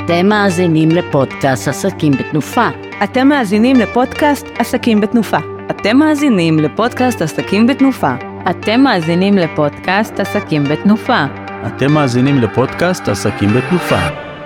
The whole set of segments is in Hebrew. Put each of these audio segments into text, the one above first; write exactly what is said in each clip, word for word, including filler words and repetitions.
אתם מאזינים לפודקאסט עסקים בתנופה. אתם מאזינים לפודקאסט עסקים בתנופה. אתם מאזינים לפודקאסט עסקים בתנופה. אתם מאזינים לפודקאסט עסקים בתנופה. אתם מאזינים לפודקאסט עסקים בתנופה.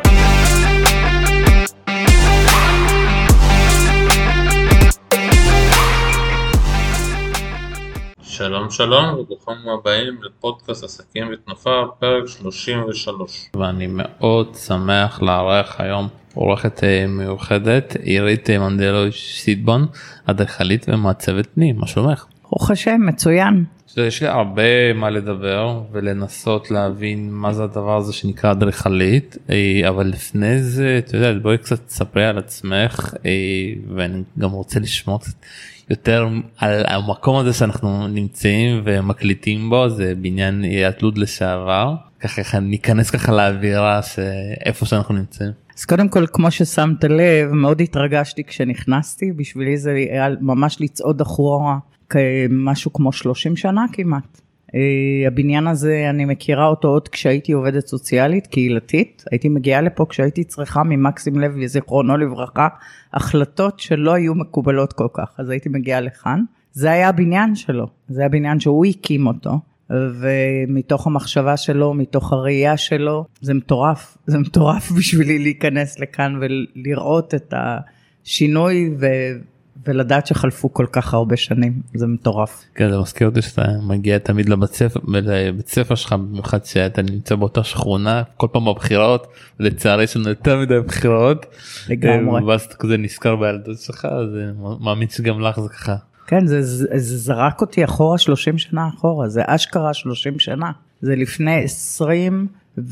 שלום שלום וברוכים הבאים לפודקאסט עסקים בתנופה, פרק שלושים ושלוש. ואני מאוד שמח לארח היום עורכת מיוחדת, עירית מנדלוביץ' סיטבון, אדריכלית ומעצבת פנים. מה שלומך? ברוך השם, מצוין. יש לי הרבה מה לדבר ולנסות להבין מה זה הדבר הזה שנקרא אדריכלית, אבל לפני זה, אתה יודע, בואי קצת תספרי על עצמך, ואני גם רוצה לשמוע קצת יותר על המקום הזה שאנחנו נמצאים ומקליטים בו, זה בניין עיריית לוד לשעבר, ככה ניכנס ככה לאווירה שאיפה שאנחנו נמצאים. אז קודם כל, כמו ששמת לב, מאוד התרגשתי כשנכנסתי, בשבילי זה היה ממש לצעוד אחורה, משהו כמו שלושים שנה כמעט. הבניין הזה, אני מכירה אותו עוד כשהייתי עובדת סוציאלית, קהילתית, הייתי מגיעה לפה כשהייתי צריכה ממקסים לוי, זיכרונו לברכה, החלטות שלא היו מקובלות כל כך, אז הייתי מגיעה לכאן. זה היה הבניין שלו, זה היה הבניין שהוא הקים אותו, ומתוך המחשבה שלו, מתוך הראייה שלו, זה מטורף, זה מטורף בשבילי להיכנס לכאן ולראות את השינוי ו... ולדעת שחלפו כל כך הרבה שנים, זה מטורף. כן, זה מזכיר אותי שאתה מגיע תמיד לבית ספר, לבית ספר שלך, במיוחד שאתה נמצא באותה שכונה, כל פעם בבחירות, לצערי יש לנו יותר מדי בחירות, לגמרי. ואז אתה כזה נזכר בילדות שלך, אז מאמין שגם לך זה ככה. כן, זה, זה, זה זרק אותי אחורה, שלושים שנה אחורה, זה אשכרה שלושים שנה, זה לפני עשרים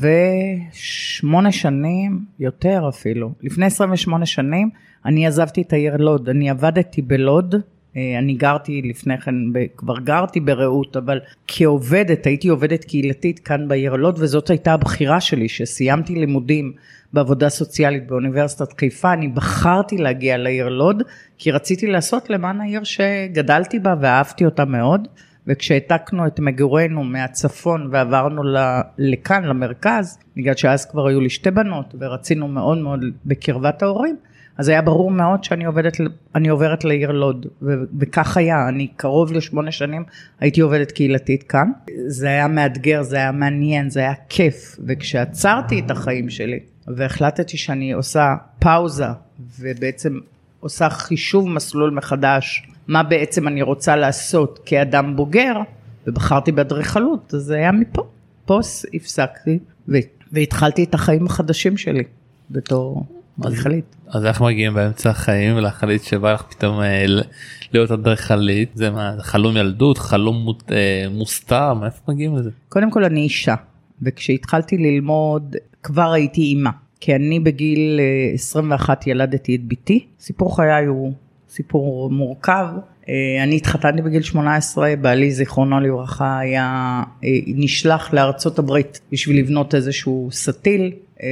ושמונה שנים, יותר אפילו, לפני עשרים ושמונה שנים, אני עזבתי את העיר לוד, אני עבדתי בלוד, אני גרתי לפני כן, כבר גרתי ברעות, אבל כעובדת, הייתי עובדת קהילתית כאן בעיר לוד, וזאת הייתה הבחירה שלי, שסיימתי לימודים בעבודה סוציאלית באוניברסיטת חיפה, אני בחרתי להגיע לעיר לוד, כי רציתי לעשות למען העיר שגדלתי בה, ואהבתי אותה מאוד, וכשהעתקנו את מגורנו מהצפון, ועברנו לכאן, למרכז, בגלל שאז כבר היו לי שתי בנות, ורצינו מאוד מאוד בקרבת ההורים, אז היה ברור מאוד שאני עובדת, אני עוברת לעיר לוד, וכך היה, אני קרוב לשמונה שנים, הייתי עובדת קהילתית כאן, זה היה מאתגר, זה היה מעניין, זה היה כיף, וכשעצרתי את החיים שלי, והחלטתי שאני עושה פאוזה, ובעצם עושה חישוב מסלול מחדש, מה בעצם אני רוצה לעשות כאדם בוגר, ובחרתי באדריכלות, אז זה היה מפה, פה הפסקתי, והתחלתי את החיים החדשים שלי, בתור אדריכלית. אז איך מגיעים באמצע החיים ולהחליט שבא לך פתאום להיות אדריכלית? זה מה, חלום ילדות, חלום מוסתר, מאיפה מגיעים לזה? קודם כל אני אישה, וכשהתחלתי ללמוד כבר הייתי אימא, כי אני בגיל עשרים ואחת ילדתי את ביתי, סיפור חיי הוא סיפור מורכב, אני התחתנתי בגיל שמונה עשרה, בעלי זיכרונו לברכה היה נשלח לארצות הברית בשביל לבנות איזשהו סטיל,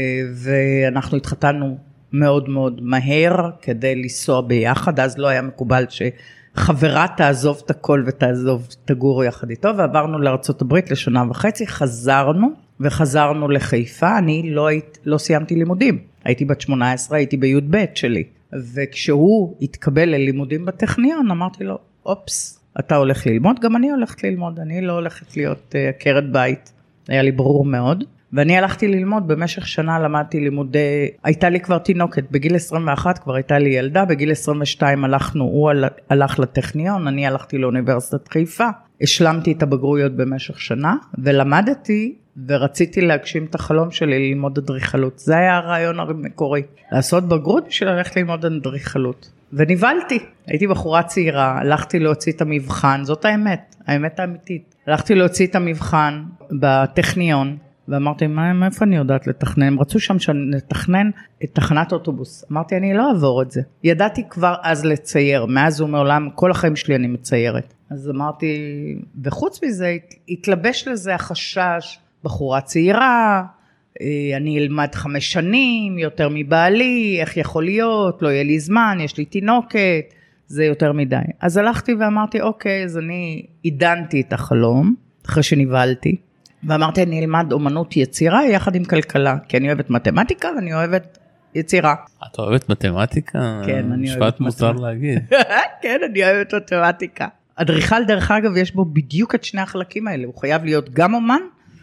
ואנחנו התחתנו מאוד מאוד מהר כדי לנסוע ביחד, אז לא היה מקובל שחברה תעזוב את הכל ותעזוב תגור יחד איתו, ועברנו לארצות הברית לשנה וחצי, חזרנו וחזרנו לחיפה, אני לא, היית, לא סיימתי לימודים, הייתי בת שמונה עשרה, הייתי בי"ב שלי, וכשהוא התקבל ללימודים בטכניון, אמרתי לו, אופס, אתה הולך ללמוד, גם אני הולכת ללמוד, אני לא הולכת להיות עקרת בית, היה לי ברור מאוד, ואני הלכתי ללמוד, במשך שנה למדתי לימודי, הייתה לי כבר תינוקת, בגיל עשרים ואחת כבר הייתה לי ילדה, בגיל עשרים ושתיים הלכנו, הוא הלך לטכניון, אני הלכתי לאוניברסיטת חיפה, השלמתי את הבגרויות במשך שנה, ולמדתי ורציתי להגשים את החלום שלי ללמוד אדריכלות, זה היה הרעיון המקורי, לעשות בגרות בשביל ללכת ללמוד אדריכלות, ונבלתי, הייתי בחורה צעירה, הלכתי להוציא את המבחן, זאת האמת, האמת האמיתית, הלכתי להוציא את המבחן בטכניון, ואמרתי, מאיפה אני יודעת לתכנן? הם רצו שם שנתכנן את תחנת אוטובוס. אמרתי, אני לא אעבור את זה. ידעתי כבר אז לצייר, מאז ומעולם, כל החיים שלי אני מציירת. אז אמרתי, וחוץ מזה, התלבש לזה החשש, בחורה צעירה, אני אלמד חמש שנים, יותר מבעלי, איך יכול להיות, לא יהיה לי זמן, יש לי תינוקת, זה יותר מדי. אז הלכתי ואמרתי, אוקיי, אז אני עידנתי את החלום, אחרי שנבלתי, ואמרתי, אני אלמד אומנות יצירה יחד עם כלכלה, כי אני אוהבת מתמטיקה, ואני אוהבת יצירה. את אוהבת מתמטיקה? כן, אני אוהבת משפט מוזר להגיד. כן, אני אוהבת מתמטיקה. אדריכל דרך אגב יש בו בדיוק את שני החלקים האלה, הוא חייב להיות גם אומן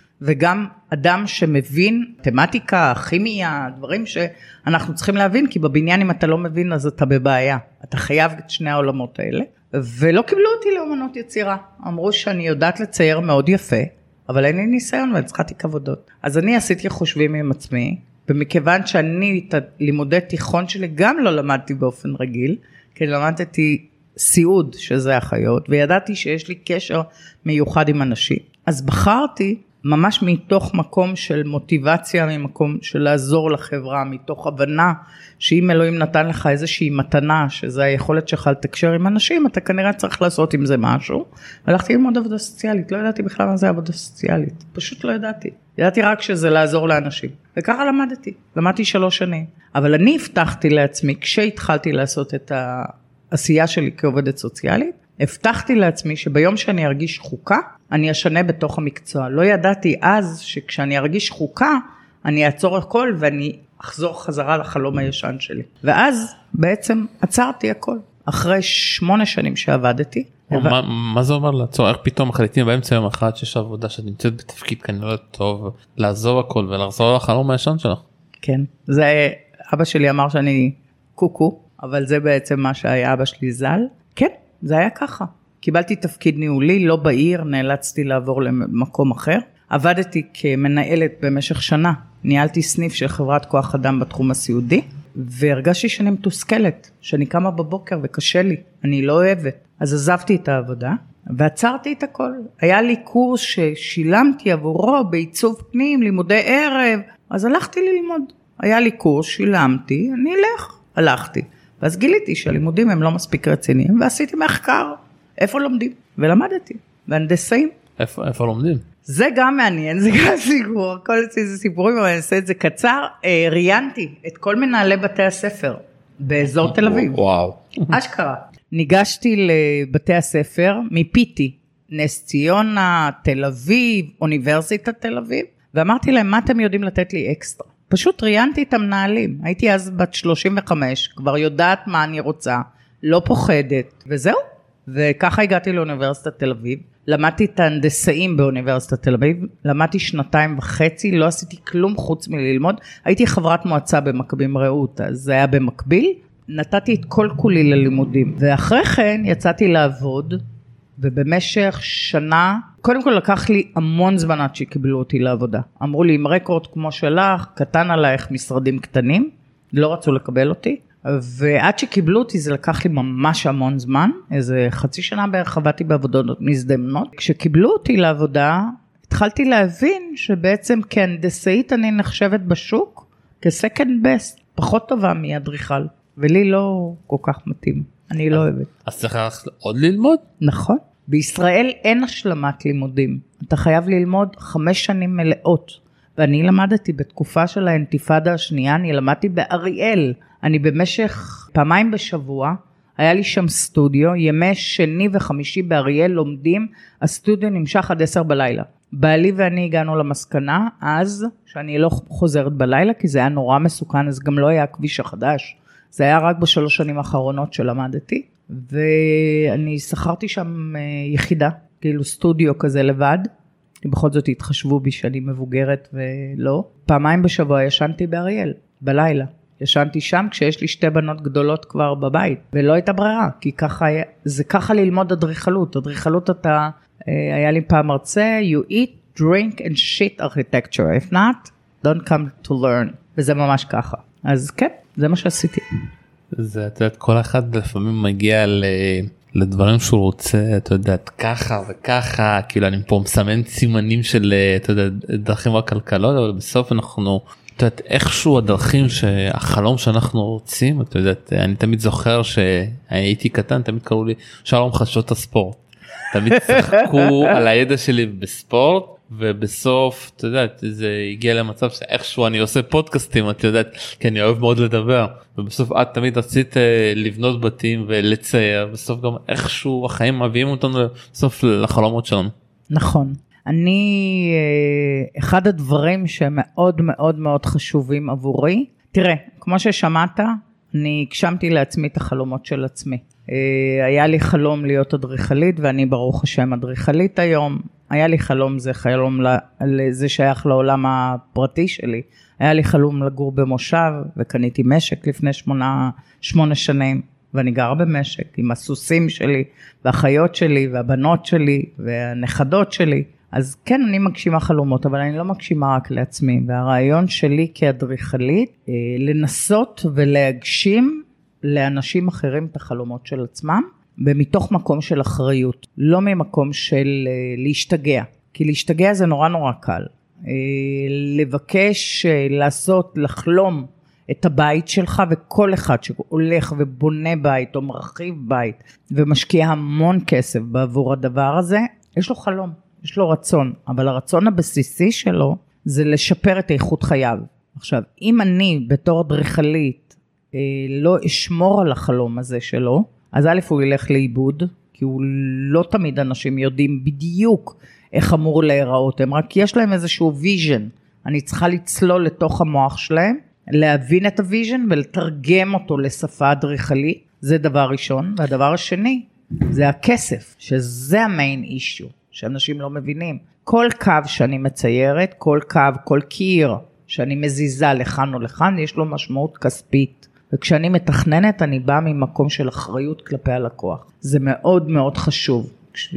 וגם אדם שמבין מתמטיקה, כימיה, דברים שאנחנו צריכים להבין, כי בבניין אם אתה לא מבין אז אתה בבעיה, אתה חייב את שני העולמות האלה, ולא קיבלו אותי לאומנות יצירה, אמרו שאני יודעת לצייר מאוד יפה, אבל אין לי ניסיון ואני צריכה תיק עבודות, אז אני עשיתי חושבים עם עצמי, ומכיוון שאני את לימודי תיכון שלי גם לא למדתי באופן רגיל, כי למדתי סיעוד שזה החיות, וידעתי שיש לי קשר מיוחד עם אנשים, אז בחרתי ממש מתוך מקום של מוטיבציה, ממקום של לעזור לחברה, מתוך הבנה שאם אלוהים נתן לך איזושהי מתנה, שזה היכולת שלך לתקשר עם אנשים, אתה כנראה צריך לעשות עם זה משהו. הלכתי ללמוד עבודה סוציאלית, לא ידעתי בכלל מה זה עבודה סוציאלית, פשוט לא ידעתי. ידעתי רק שזה לעזור לאנשים, וככה למדתי, למדתי שלוש שנים. אבל אני הבטחתי לעצמי, כשהתחלתי לעשות את העשייה שלי כעובדת סוציאלית, הבטחתי לעצמי שביום שאני ארגיש חוקה, אני אשנה בתוך המקצוע. לא ידעתי אז שכשאני ארגיש חוקה, אני אעצור הכל ואני אחזור חזרה לחלום הישן שלי. ואז בעצם עצרתי הכל. אחרי שמונה שנים שעבדתי. מה, מה זה אומר לעצור? איך פתאום מחליטים באמצע יום אחד שיש עבודה שאת נמצאת בתפקיד כנראה טוב, לעזוב הכל ולחזור לחלום הישן שלך? כן, זה אבא שלי אמר שאני קוקו, אבל זה בעצם מה שהיה אבא שלי ז"ל. כן. זה היה ככה. קיבלתי תפקיד ניהולי, לא בעיר, נאלצתי לעבור למקום אחר. עבדתי כמנהלת במשך שנה. ניהלתי סניף של חברת כוח אדם בתחום הסיעודי, והרגשתי שאני מתוסכלת, שאני קמה בבוקר וקשה לי, אני לא אוהבת. אז עזבתי את העבודה, ועצרתי את הכל. היה לי קורס ששילמתי עבורו בעיצוב פנים, לימודי ערב, אז הלכתי ללמוד. היה לי קורס, שילמתי, אני אלך, הלכתי. ואז גיליתי שהלימודים הם לא מספיק רציניים, ועשיתי מחקר, איפה לומדים, ולמדתי, והנדסאים. איפה, איפה לומדים? זה גם מעניין, זה גם סיפור, כל זה סיפורים, אבל אני אעשה את זה קצר, אה, ראיינתי את כל מנהלי בתי הספר, באזור תל אביב. וואו. אשכרה. ניגשתי לבתי הספר, מפיתי, נס ציונה, תל אביב, אוניברסיטת תל אביב, ואמרתי להם, מה אתם יודעים לתת לי אקסטרה? פשוט ראיינתי את המנהלים, הייתי אז בת שלושים וחמש, כבר יודעת מה אני רוצה, לא פוחדת, וזהו. וככה הגעתי לאוניברסיטת תל אביב, למדתי את ההנדסאים באוניברסיטת תל אביב, למדתי שנתיים וחצי, לא עשיתי כלום חוץ מללמוד, הייתי חברת מועצה במכבים רעות, אז זה היה במקביל, נתתי את כל כולי ללימודים, ואחרי כן יצאתי לעבוד, ובמשך שנה, קודם כל לקח לי המון זמן עד שקיבלו אותי לעבודה. אמרו לי, עם רקורד כמו שלך, קטן עלייך משרדים קטנים, לא רצו לקבל אותי, ועד שקיבלו אותי זה לקח לי ממש המון זמן, איזה חצי שנה בערך עבדתי בעבודות מזדמנות. כשקיבלו אותי לעבודה, התחלתי להבין שבעצם כהנדסאית אני נחשבת בשוק, כסקנד בסט, פחות טובה מאדריכל, ולי לא כל כך מתאים. אני לא אוהבת. אז צריך עוד ללמוד? נכון. בישראל אין השלמת לימודים. אתה חייב ללמוד חמש שנים מלאות. ואני למדתי בתקופה של האינתיפאדה השנייה, אני למדתי באריאל. אני במשך פעמיים בשבוע, היה לי שם סטודיו, ימי שני וחמישי באריאל לומדים, הסטודיו נמשך עד עשר בלילה. בעלי ואני הגענו למסקנה, אז שאני לא חוזרת בלילה, כי זה היה נורא מסוכן, אז גם לא היה הכביש החדש. זה היה רק בשלוש שנים האחרונות שלמדתי, ואני שכרתי שם יחידה, כאילו סטודיו כזה לבד, בכל זאת התחשבו בי שאני מבוגרת ולא. פעמיים בשבוע ישנתי באריאל, בלילה. ישנתי שם כשיש לי שתי בנות גדולות כבר בבית, ולא הייתה ברירה, כי ככה, זה ככה ללמוד אדריכלות. אדריכלות אתה, היה לי פעם מרצה, you eat, drink and shit architecture, if not, don't come to learn. וזה ממש ככה. אז כן, זה מה שעשיתי. זה, את יודעת, כל אחד לפעמים מגיע ל... לדברים שהוא רוצה, אתה יודעת, ככה וככה, כאילו אני פה מסמן סימנים של, אתה יודע, דרכים רק כלכלות, אבל בסוף אנחנו, אתה יודעת, איכשהו הדרכים שהחלום שאנחנו רוצים, אתה יודעת, אני תמיד זוכר שהייתי קטן, תמיד קראו לי שלום חדשות הספורט. תמיד צחקו על הידע שלי בספורט, ובסוף, אתה יודעת, זה הגיע למצב שאיכשהו אני עושה פודקאסטים, אתה יודעת, כי אני אוהב מאוד לדבר, ובסוף את תמיד רצית לבנות בתים ולצייר, בסוף גם איכשהו החיים מביאים אותנו בסוף לחלומות שלנו. נכון. אני, אחד הדברים שמאוד מאוד מאוד חשובים עבורי, תראה, כמו ששמעת, אני הגשמתי לעצמי את החלומות של עצמי. היה לי חלום להיות אדריכלית, ואני ברוך השם אדריכלית היום. היה לי חלום, זה חלום, זה שייך לעולם הפרטי שלי. היה לי חלום לגור במושב, וקניתי משק לפני שמונה, שמונה שנים, ואני גרה במשק עם הסוסים שלי, והחיות שלי, והבנות שלי, והנכדות שלי. אז כן, אני מגשימה חלומות, אבל אני לא מגשימה רק לעצמי. והרעיון שלי כאדריכלית, לנסות ולהגשים לאנשים אחרים את החלומות של עצמם, ומתוך מקום של אחריות, לא ממקום של להשתגע. כי להשתגע זה נורא נורא קל. לבקש, לעשות, לחלום את הבית שלך, וכל אחד שהולך ובונה בית או מרחיב בית, ומשקיע המון כסף בעבור הדבר הזה, יש לו חלום, יש לו רצון, אבל הרצון הבסיסי שלו, זה לשפר את איכות חייו. עכשיו, אם אני בתור אדריכלית, לא אשמור על החלום הזה שלו, אז א' הוא ילך לאיבוד, כי הוא לא תמיד אנשים יודעים בדיוק איך אמור להיראות, הם רק יש להם איזשהו ויז'ן, אני צריכה לצלול לתוך המוח שלהם, להבין את הוויז'ן ולתרגם אותו לשפה אדריכלית, זה דבר ראשון, והדבר השני, זה הכסף, שזה המיין אישיו, שאנשים לא מבינים. כל קו שאני מציירת, כל קו, כל קיר שאני מזיזה לכאן או לכאן, יש לו משמעות כספית. וכשאני מתכננת, אני באה ממקום של אחריות כלפי הלקוח. זה מאוד מאוד חשוב.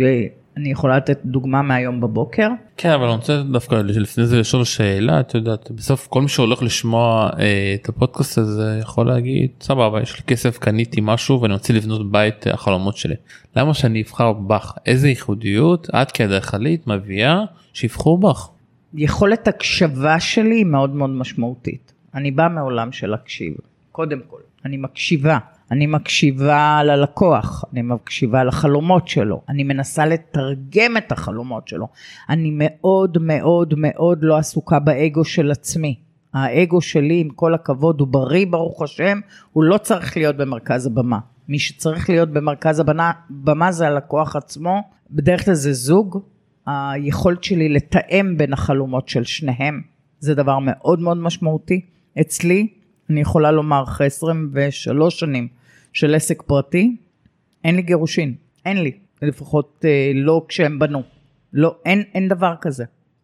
אני יכולה לתת דוגמה מהיום בבוקר. כן, אבל אני רוצה דווקא לפני זה לשאול שאלה, את יודעת, בסוף כל מי שהולך לשמוע אה, את הפודקאסט הזה יכול להגיד, סבבה, יש לי כסף, קניתי משהו ואני רוצה לבנות בית החלומות שלי. למה שאני אבחר בך? איזה ייחודיות את כאדריכלית מביאה שיבחרו בך? יכולת הקשבה שלי היא מאוד מאוד משמעותית. אני באה מעולם של הקשיב. קודם כל, אני מקשיבה. אני מקשיבה ללקוח, אני מקשיבה לחלומות שלו, אני מנסה לתרגם את החלומות שלו. אני מאוד מאוד מאוד לא עסוקה באגו של עצמי. האגו שלי, עם כל הכבוד, הוא בריא ברוך השם, הוא לא צריך להיות במרכז הבמה. מי שצריך להיות במרכז הבמה זה הלקוח עצמו, בדרך כלל זה זוג, היכולת שלי לתאם בין החלומות של שניהם, זה דבר מאוד מאוד משמעותי. אצלי, אני יכולה לומר אחרי עשרים ושלוש שנים של עסק פרטי, אין לי גירושין, אין לי, לפחות אה, לא כשהם בנו, לא, אין, אין דבר כזה.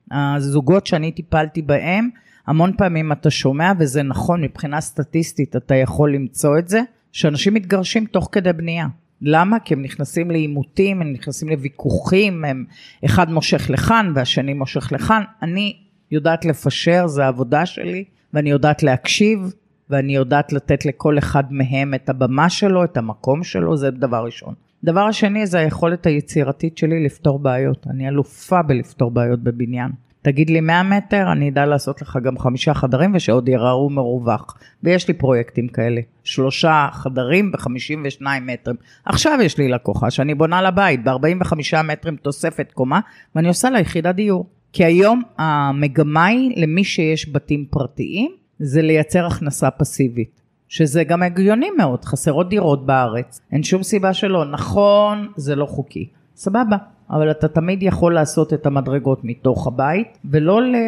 הזוגות שאני טיפלתי בהם, המון פעמים אתה שומע, וזה נכון, מבחינה סטטיסטית אתה יכול למצוא את זה, שאנשים מתגרשים תוך כדי בנייה. למה? כי הם נכנסים לעימותים, הם נכנסים לוויכוחים, הם אחד מושך לכאן והשני מושך לכאן, אני יודעת לפשר, זה העבודה שלי, ואני יודעת להקשיב, ואני יודעת לתת לכל אחד מהם את הבמה שלו, את המקום שלו, זה דבר ראשון. דבר השני זה היכולת היצירתית שלי לפתור בעיות. אני אלופה בלפתור בעיות בבניין. תגיד לי מאה מטר, אני אדע לעשות לך גם חמישה חדרים, ושעוד יראו מרווח. ויש לי פרויקטים כאלה. שלושה חדרים ב-חמישים ושניים מטרים. עכשיו יש לי לקוחה שאני בונה לבית, ב-ארבעים וחמישה מטרים תוספת קומה, ואני עושה לה יחידת דיור. כי היום המגמה היא למי שיש בתים פרטיים, זה לייצר הכנסה פסיבית, שזה גם הגיוני מאוד, חסרות דירות בארץ, אין שום סיבה שלא, נכון, זה לא חוקי, סבבה, אבל אתה תמיד יכול לעשות את המדרגות מתוך הבית, ולא ל...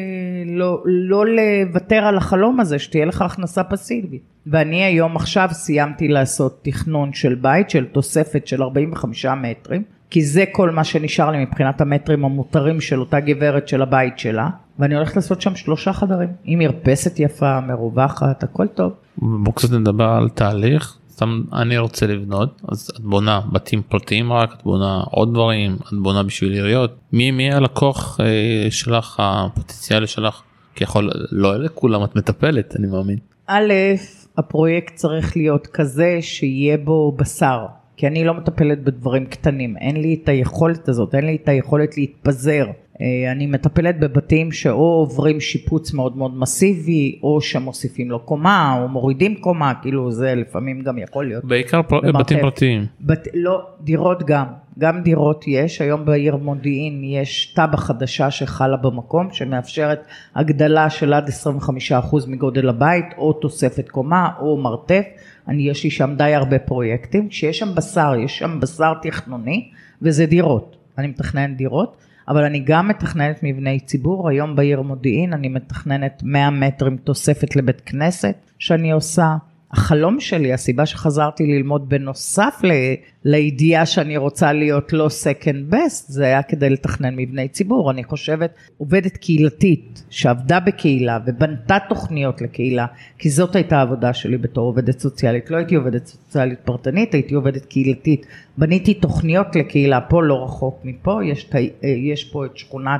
לא, לא לוותר על החלום הזה, שתהיה לך הכנסה פסיבית. ואני היום עכשיו סיימתי לעשות תכנון של בית, של תוספת של ארבעים וחמישה מטרים, כי זה כל מה שנשאר לי מבחינת המטרים המותרים של אותה גברת של הבית שלה, ואני הולכת לעשות שם שלושה חדרים, עם מרפסת יפה, מרווחת, הכל טוב. בואו קצת נדבר על תהליך, סתם אני רוצה לבנות, אז את בונה בתים פרטיים רק, את בונה עוד דברים, את בונה בשביל עיריות, מי, מי הלקוח אה, שלך, הפוטנציאלי שלך, כי יכול, לא אלה כולם את מטפלת, אני מאמין. א', הפרויקט צריך להיות כזה שיהיה בו בשר, כי אני לא מטפלת בדברים קטנים, אין לי את היכולת הזאת, אין לי את היכולת להתפזר. אני מטפלת בבתים שאו עוברים שיפוץ מאוד מאוד מסיבי, או שמוסיפים לו קומה, או מורידים קומה, כאילו זה לפעמים גם יכול להיות. בעיקר פר... בתים פרטיים. בת... לא, דירות גם, גם דירות יש, היום בעיר מודיעין יש טאבה חדשה שחלה במקום, שמאפשרת הגדלה של עד עשרים וחמישה אחוז מגודל הבית, או תוספת קומה, או מרתף, אני יש לי שם די הרבה פרויקטים, כשיש שם בשר, יש שם בשר תכנוני, וזה דירות, אני מתכנן דירות, אבל אני גם מתכננת מבני ציבור, היום בעיר מודיעין אני מתכננת מאה מטרים תוספת לבית כנסת שאני עושה, החלום שלי, הסיבה שחזרתי ללמוד בנוסף ל, לידיעה שאני רוצה להיות לא second best, זה היה כדי לתכנן מבני ציבור. אני חושבת, עובדת קהילתית שעבדה בקהילה ובנתה תוכניות לקהילה, כי זאת הייתה העבודה שלי בתור עובדת סוציאלית. לא הייתי עובדת סוציאלית פרטנית, הייתי עובדת קהילתית. בניתי תוכניות לקהילה, פה לא רחוק מפה, יש, יש פה את שכונת,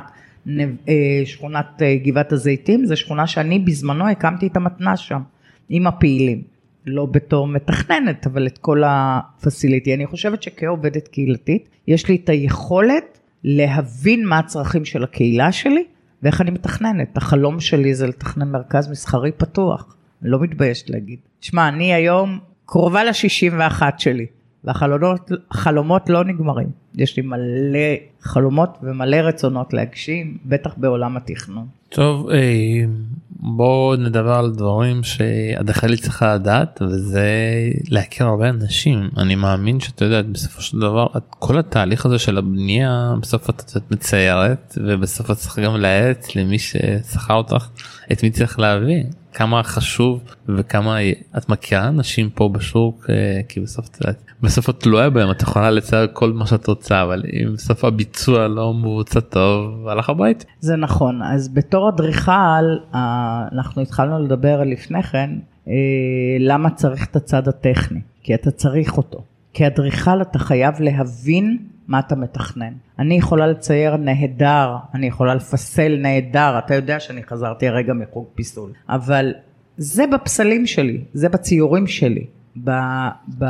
שכונת גבעת הזיתים, זו שכונה שאני בזמנו הקמתי את המתנ"ס שם, עם הפעילים. לא בתור מתכננת, אבל את כל הפסיליטי. אני חושבת שכעובדת קהילתית, יש לי את היכולת להבין מה הצרכים של הקהילה שלי, ואיך אני מתכננת. החלום שלי זה לתכנן מרכז מסחרי פתוח. אני לא מתביישת להגיד. תשמע, אני היום קרובה ל-שישים ואחת שלי, והחלומות חלומות לא נגמרים. יש לי מלא חלומות ומלא רצונות להגשים, בטח בעולם התכנון. טוב, בואו נדבר על דברים שהאדריכלית צריכה לדעת, וזה להכיר הרבה אנשים. אני מאמין שאתה יודע, בסופו של דבר, כל התהליך הזה של הבנייה, בסוף את מציירת, ובסוף את צריך גם להעץ למי ששכר אותך, את מי צריך להביא. כמה חשוב וכמה את מכירה אנשים פה בשוק, כי בסוף בסוף את תלויה בהם, את יכולה לצייר כל מה שאת רוצה, אבל אם בסוף הביצוע לא מבוצע טוב, הלך הבית. זה נכון, אז בתור אדריכל, אנחנו התחלנו לדבר לפני כן, למה צריך את הצד הטכני, כי אתה צריך אותו, כאדריכל אתה חייב להבין מה אתה מתכנן. אני יכולה לצייר נהדר, אני יכולה לפסל נהדר, אתה יודע שאני חזרתי הרגע מחוג פיסול, אבל זה בפסלים שלי, זה בציורים שלי. ב, ב,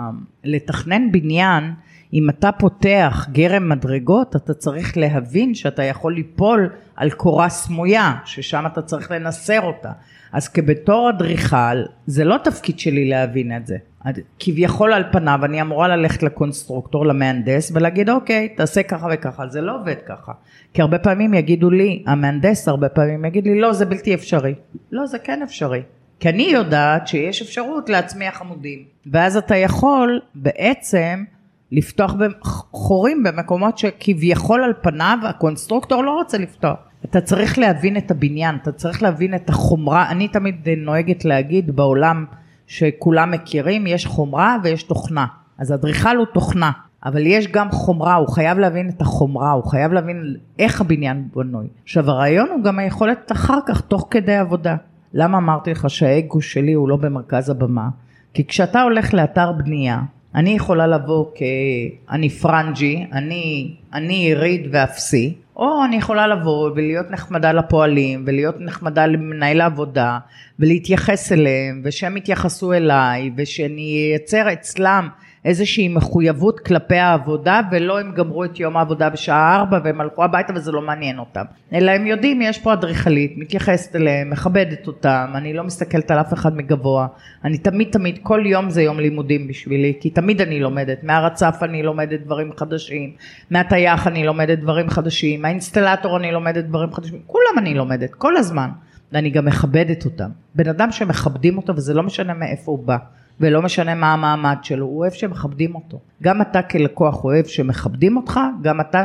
לתכנן בניין, אם אתה פותח גרם מדרגות, אתה צריך להבין שאתה יכול ליפול על קורה סמויה, ששם אתה צריך לנסר אותה. אז כבתור אדריכל, זה לא תפקיד שלי להבין את זה. כביכול על פניו, אני אמורה ללכת לקונסטרוקטור, למהנדס, ולהגיד, אוקיי, תעשה ככה וככה. זה לא עובד ככה. כי הרבה פעמים יגידו לי, המהנדס הרבה פעמים יגיד לי, לא, זה בלתי אפשרי. לא, זה כן אפשרי. כי אני יודעת שיש אפשרות להצמיח עמודים. ואז אתה יכול בעצם לפתוח חורים במקומות שכביכול על פניו, הקונסטרוקטור לא רוצה לפתוח. אתה צריך להבין את הבניין, אתה צריך להבין את החומרה. אני תמיד נוהגת להגיד בעולם שכולם מכירים, יש חומרה ויש תוכנה. אז אדריכל הוא תוכנה, אבל יש גם חומרה, הוא חייב להבין את החומרה, הוא חייב להבין איך הבניין בנוי. עכשיו הרעיון הוא גם היכולת אחר כך, תוך כדי עבודה. למה אמרתי לך שהאגו שלי הוא לא במרכז הבמה? כי כשאתה הולך לאתר בנייה, אני יכולה לבוא כאני פרנג'י, אני, אני יריד ואפסי, או אני יכולה לבוא ולהיות נחמדה לפועלים, ולהיות נחמדה למנהל העבודה, ולהתייחס אליהם, ושהם יתייחסו אליי, ושאני אייצר אצלם איזושהי מחויבות כלפי העבודה, ולא הם גמרו את יום העבודה בשעה ארבע, והם הלכו הביתה וזה לא מעניין אותם. אלא הם יודעים, יש פה אדריכלית, מתייחסת אליהם, מכבדת אותם, אני לא מסתכלת על אף אחד מגבוה, אני תמיד תמיד, כל יום זה יום לימודים בשבילי, כי תמיד אני לומדת, מהרצף אני לומדת דברים חדשים, מהטייח אני לומדת דברים חדשים, מהאינסטלטור אני לומדת דברים חדשים, כולם אני לומדת, כל הזמן, ואני גם מכבדת אותם. בן אדם שמכבדים אותו, וזה לא משנה מאיפה הוא בא, ולא משנה מה המעמד שלו, הוא אוהב שמכבדים אותו. גם אתה כלקוח אוהב שמכבדים אותך, גם אתה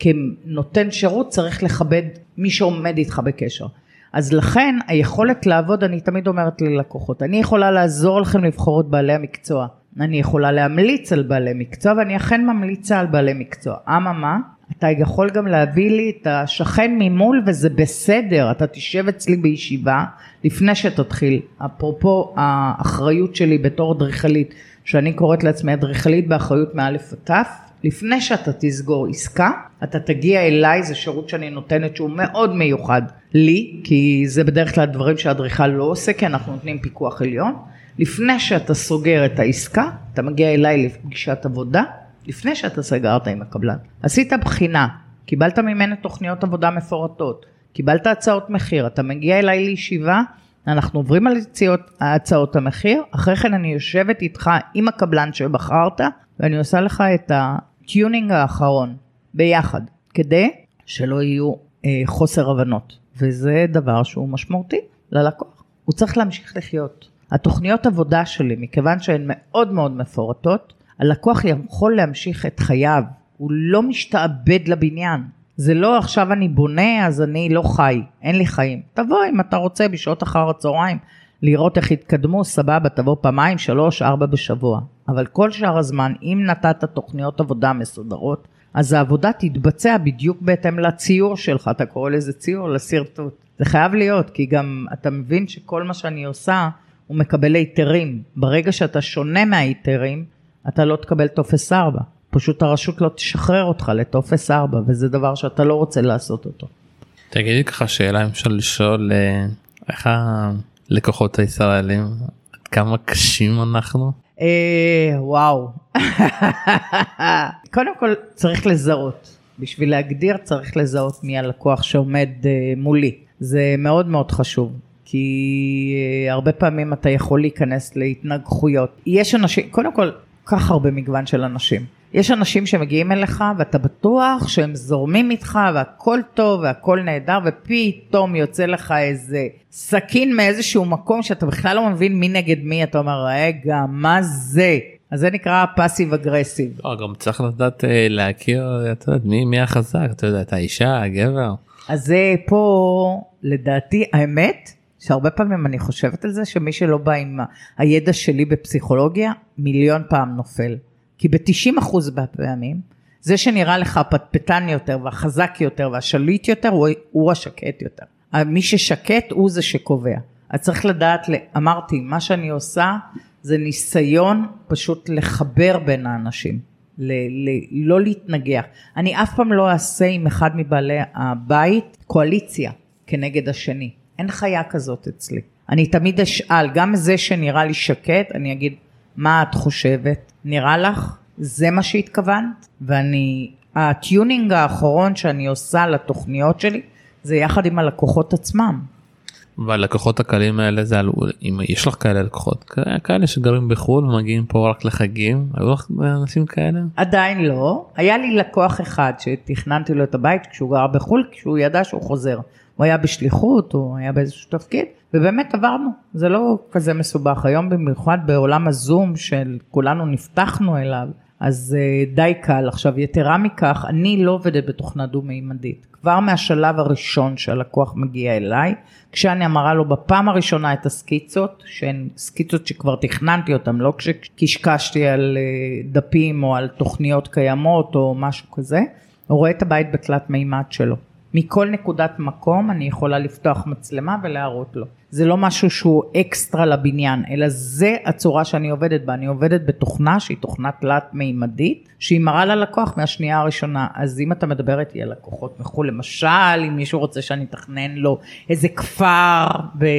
כנותן שירות צריך לכבד מי שעומד איתך בקשר. אז לכן היכולת לעבוד, אני תמיד אומרת ללקוחות, אני יכולה לעזור לכם לבחור את בעלי המקצוע, אני יכולה להמליץ על בעלי מקצוע, ואני אכן ממליצה על בעלי מקצוע. אממה, אתה יכול גם להביא לי את השכן ממול, וזה בסדר, אתה תשב אצלי בישיבה, לפני שתתחיל, אפרופו האחריות שלי בתור אדריכלית, שאני קוראת לעצמי אדריכלית באחריות מאלף ותף, לפני שאתה תסגור עסקה, אתה תגיע אליי, זה שירות שאני נותנת שהוא מאוד מיוחד לי, כי זה בדרך כלל דברים שהאדריכל לא עושה, כי אנחנו נותנים פיקוח עליון, לפני שאתה סוגר את העסקה, אתה מגיע אליי לפגישת עבודה, לפני שאתה סגרת עם הקבלן. עשית בחינה, קיבלת ממנו תוכניות עבודה מפורטות, קיבלת הצעות מחיר, אתה מגיע אליי לישיבה, אנחנו עוברים על הצעות המחיר, אחרי כן אני יושבת איתך עם הקבלן שבחרת, ואני עושה לך את הטיונינג האחרון, ביחד, כדי שלא יהיו אה, חוסר הבנות. וזה דבר שהוא משמעותי ללקוח. הוא צריך להמשיך לחיות. התוכניות עבודה שלי, מכיוון שהן מאוד מאוד מפורטות, הלקוח יכול להמשיך את חייו, הוא לא משתעבד לבניין, זה לא עכשיו אני בונה, אז אני לא חי, אין לי חיים. תבוא אם אתה רוצה בשעות אחר הצהריים, לראות איך התקדמו, סבבה, תבוא פעמיים, שלוש, ארבע בשבוע. אבל כל שאר הזמן, אם נתת תוכניות עבודה מסודרות, אז העבודה תתבצע בדיוק בהתאם לציור שלך, אתה קורא לזה ציור, לסרטוט. זה חייב להיות, כי גם אתה מבין שכל מה שאני עושה, הוא מקבל היתרים. ברגע שאתה שונה מההיתרים, אתה לא תקבל טופס ארבע. פשוט הרשות לא תשחרר אותך לטופס ארבע, וזה דבר שאתה לא רוצה לעשות אותו. תגידי ככה שאלה, אם אפשר לשאול, איך הלקוחות הישראלים, עד כמה קשים אנחנו? אה, וואו. קודם כל צריך לזהות. בשביל להגדיר צריך לזהות מי הלקוח שעומד מולי. זה מאוד מאוד חשוב. כי הרבה פעמים אתה יכול להיכנס להתנגחויות. יש אנשים, קודם כל, כך הרבה מגוון של אנשים. יש אנשים שמגיעים אליך ואתה בטוח שהם זורמים איתך והכל טוב והכל נהדר, ופתאום יוצא לך איזה סכין מאיזשהו מקום שאתה בכלל לא מבין מי נגד מי, אתה אומר, רגע, מה זה? אז זה נקרא פאסיב אגרסיב. לא, גם צריך לדעת להכיר, אתה יודע, מי, מי החזק, אתה יודע, את האישה, הגבר. אז זה פה, לדעתי, האמת, שהרבה פעמים אני חושבת על זה, שמי שלא בא עם הידע שלי בפסיכולוגיה, מיליון פעם נופל. כי ב-תשעים אחוז בפעמים, זה שנראה לך הפטפטן יותר, והחזק יותר, והשליט יותר, הוא, הוא השקט יותר. מי ששקט הוא זה שקובע. אז צריך לדעת, אמרתי, מה שאני עושה, זה ניסיון פשוט לחבר בין האנשים. ל- ל- לא להתנגח. אני אף פעם לא אעשה עם אחד מבעלי הבית קואליציה כנגד השני. אין חיה כזאת אצלי. אני תמיד אשאל, גם זה שנראה לי שקט, אני אגיד, מה את חושבת? נראה לך? זה מה שהתכוונת? ואני, הטיונינג האחרון שאני עושה לתוכניות שלי, זה יחד עם הלקוחות עצמם. והלקוחות הקלים האלה, זה על, אם יש לך כאלה לקוחות, כאלה שגרים בחול ומגיעים פה רק לחגים, היו לך אנשים כאלה? עדיין לא. היה לי לקוח אחד שתכננתי לו את הבית כשהוא גר בחול, כשהוא ידע שהוא חוזר. הוא היה בשליחות, הוא היה באיזשהו תפקיד, ובאמת עברנו. זה לא כזה מסובך. היום במיוחד בעולם הזום של כולנו נפתחנו אליו, אז די קל. עכשיו יתרה מכך, אני לא עובדת בתוכנה דו-מימדית. כבר מהשלב הראשון שהלקוח מגיע אליי, כשאני אמרה לו בפעם הראשונה את הסקיצות, שהן סקיצות שכבר תכננתי אותן, לא כשקשקשתי על דפים או על תוכניות קיימות או משהו כזה, הוא רואה את הבית בתלת מימד שלו. מכל נקודת מקום אני יכולה לפתוח מצלמה ולהראות לו. זה לא משהו שהוא אקסטרה לבניין, אלא זה הצורה שאני עובדת בה. אני עובדת בתוכנה שהיא תוכנה תלת מימדית, שהיא מראה ללקוח מהשנייה הראשונה. אז אם אתה מדבר איתי על לקוחות מחול, למשל, אם מישהו רוצה שאני תכנן לו איזה כפר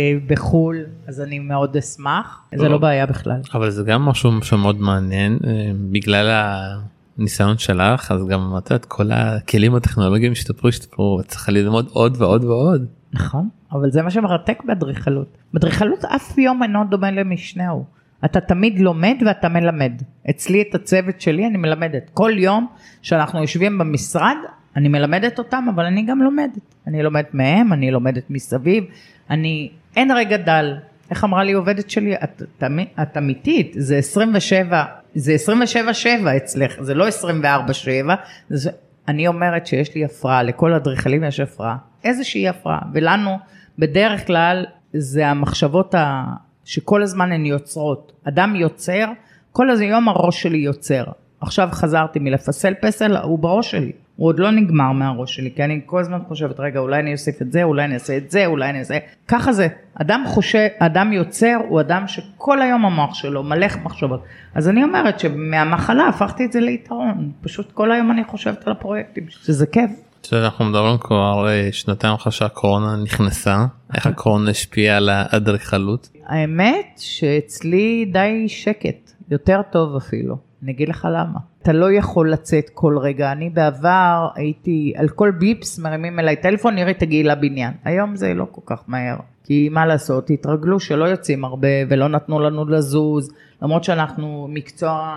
בחול, אז אני מאוד אשמח. זה לא בעיה בכלל. אבל זה גם משהו שמאוד מעניין, בגלל ה... ניסיון שלך, אז גם את יודעת, כל הכלים הטכנולוגיים השתפרו, השתפרו, צריך ללמוד עוד ועוד ועוד. נכון, אבל זה מה שמרתק באדריכלות. באדריכלות אף יום אינו דומה למשנהו. אתה תמיד לומד ואתה מלמד. אצלי את הצוות שלי אני מלמדת. כל יום שאנחנו יושבים במשרד, אני מלמדת אותם, אבל אני גם לומדת. אני לומדת מהם, אני לומדת מסביב, אני, אין רגע דל. איך אמרה לי עובדת שלי, את, את, את אמיתית, זה עשרים ושבע, זה עשרים ושבע שבע אצלך, זה לא עשרים וארבע שבע, זה, אני אומרת שיש לי הפרעה, לכל אדריכלים יש הפרעה, איזושהי הפרעה, ולנו בדרך כלל זה המחשבות ה, שכל הזמן הן יוצרות, אדם יוצר, כל הזמן יום הראש שלי יוצר, עכשיו חזרתי מלפסל פסל, הוא בראש שלי, הוא עוד לא נגמר מהראש שלי, כי אני כל הזמן חושבת, רגע, אולי אני אוסיף את זה, אולי אני אעשה את זה, אולי אני אעשה, ככה זה, אדם חושב, אדם יוצר, הוא אדם שכל היום המוח שלו מלך מחשבות, אז אני אומרת שמהמחלה הפכתי את זה ליתרון, פשוט כל היום אני חושבת על הפרויקטים, שזה כיף. אנחנו מדברים כבר שנתיים אחרי שהקורונה נכנסה, איך הקורונה השפיעה על האדריכלות? האמת שאצלי די שקט, יותר טוב אפילו. אני אגיד לך למה. אתה לא יכול לצאת כל רגע. אני בעבר הייתי, על כל ביפס מרימים אליי טלפון, נראי תגיעי לבניין. היום זה לא כל כך מהר. כי מה לעשות, התרגלו שלא יוצאים הרבה ולא נתנו לנו לזוז, למרות שאנחנו מקצוע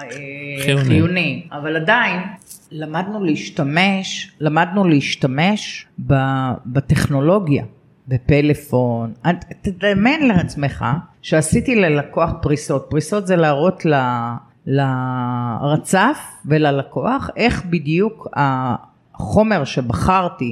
חיוני. חיוני. אבל עדיין למדנו להשתמש, למדנו להשתמש בטכנולוגיה. בפלאפון, תדמיין לעצמך שעשיתי ללקוח פריסות, פריסות זה להראות ל, לרצף וללקוח איך בדיוק החומר שבחרתי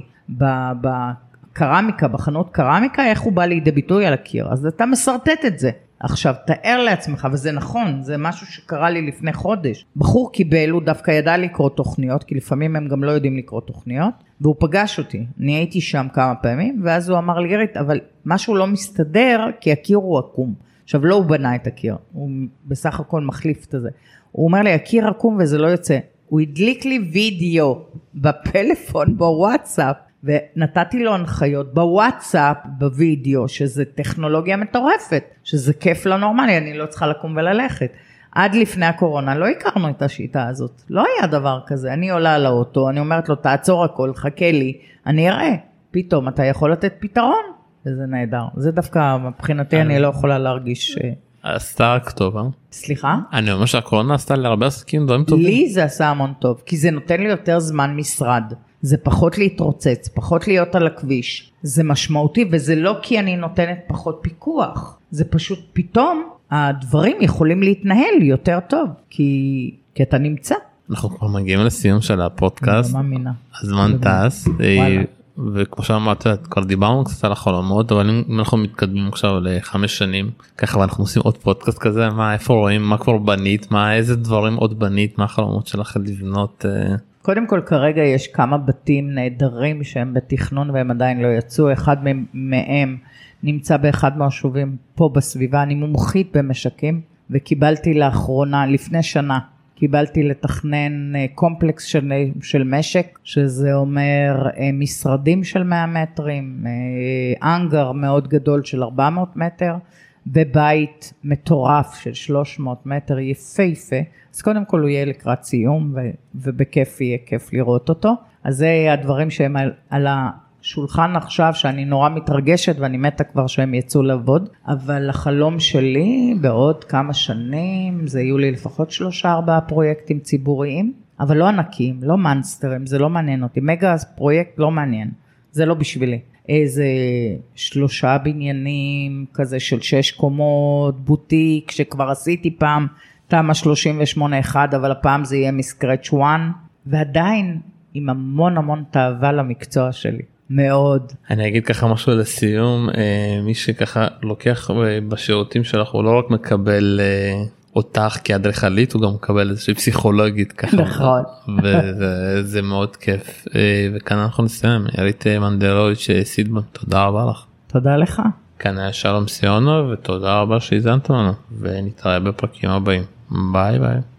בקרמיקה, בחנות קרמיקה, איך הוא בא לידי ביטוי על הקיר, אז אתה מסרטט את זה. עכשיו, תאר לעצמך, וזה נכון, זה משהו שקרה לי לפני חודש. בחור קיבל, הוא דווקא ידע לקרוא תוכניות, כי לפעמים הם גם לא יודעים לקרוא תוכניות, והוא פגש אותי. אני הייתי שם כמה פעמים, ואז הוא אמר לי, אירית, אבל משהו לא מסתדר, כי הקיר הוא עקום. עכשיו, לא הוא בנה את הקיר, הוא בסך הכל מחליף את זה. הוא אומר לי, הקיר עקום וזה לא יוצא. הוא הדליק לי וידאו בפלאפון, בוואטסאפ, ונתתי לו הנחיות בוואטסאפ, בווידאו, שזה טכנולוגיה מטורפת, שזה כיף לא נורמלי, אני לא צריכה לקום וללכת. עד לפני הקורונה לא הכרנו את השיטה הזאת, לא היה דבר כזה, אני עולה על האוטו, אני אומרת לו, תעצור הכל, חכה לי, אני אראה, פתאום אתה יכול לתת פתרון, וזה נהדר. זה דווקא, מבחינתי אני לא יכולה להרגיש... עשתה רק טוב, אה? סליחה? אני אומר שהקורונה עשתה להרבה עסקים דברים טובים. לי זה עשה המון טוב, כי זה נותן לי יותר זמן משרד. זה פחות להתרוצץ, פחות להיות על הכביש. זה משמעותי, וזה לא כי אני נותנת פחות פיקוח. זה פשוט פתאום הדברים יכולים להתנהל יותר טוב, כי, כי אתה נמצא. אנחנו כבר מגיעים לסיום של הפודקאסט. אני לא מאמינה. הזמן טס. וכמו שאמרת, כבר דיברנו קצת על החלומות, אבל אם אנחנו מתקדמים עכשיו לחמש שנים, ככה ואנחנו עושים עוד פודקאסט כזה, מה, איפה רואים, מה כבר בנית, מה, איזה דברים עוד בנית, מה החלומות שלך לבנות? קודם כל, כרגע יש כמה בתים נהדרים שהם בתכנון והם עדיין לא יצאו, אחד מהם נמצא באחד מהיישובים פה בסביבה, אני מומחית במשקים, וקיבלתי לאחרונה, לפני שנה, קיבלתי לתכנן קומפלקס של, של משק, שזה אומר משרדים של מאה מטרים, אנגר מאוד גדול של ארבע מאות מטר, ובית מטורף של שלוש מאות מטר, יפהפה. אז קודם כל הוא יהיה לקראת סיום, ו, ובכיף יהיה כיף לראות אותו. אז זה הדברים שהם על, על השולחן עכשיו, שאני נורא מתרגשת, ואני מתה כבר שהם יצאו לעבוד. אבל החלום שלי, בעוד כמה שנים, זה יהיו לי לפחות שלושה ארבעה פרויקטים ציבוריים, אבל לא ענקים, לא מנסטרים, זה לא מעניין אותי. מגה פרויקט לא מעניין, זה לא בשבילי. איזה שלושה בניינים, כזה של שש קומות, בוטיק, שכבר עשיתי פעם, תמה שלושים ושמונה אחד, אבל הפעם זה יהיה מסקרץ' וואן, ועדיין עם המון המון תאווה למקצוע שלי, מאוד. אני אגיד ככה משהו לסיום, מי שככה לוקח בשירותים שלך, הוא לא רק מקבל אותך כאדריכלית, הוא גם מקבל איזושהי פסיכולוגית ככה. נכון. וזה מאוד כיף, וכאן אנחנו נסיים, אירית מנדלוביץ' סידמן, תודה רבה לך. תודה לך. כאן היה שלום סיונו, ותודה רבה שהזנת לנו, ונתראה בפרקים הבאים. ביי ביי.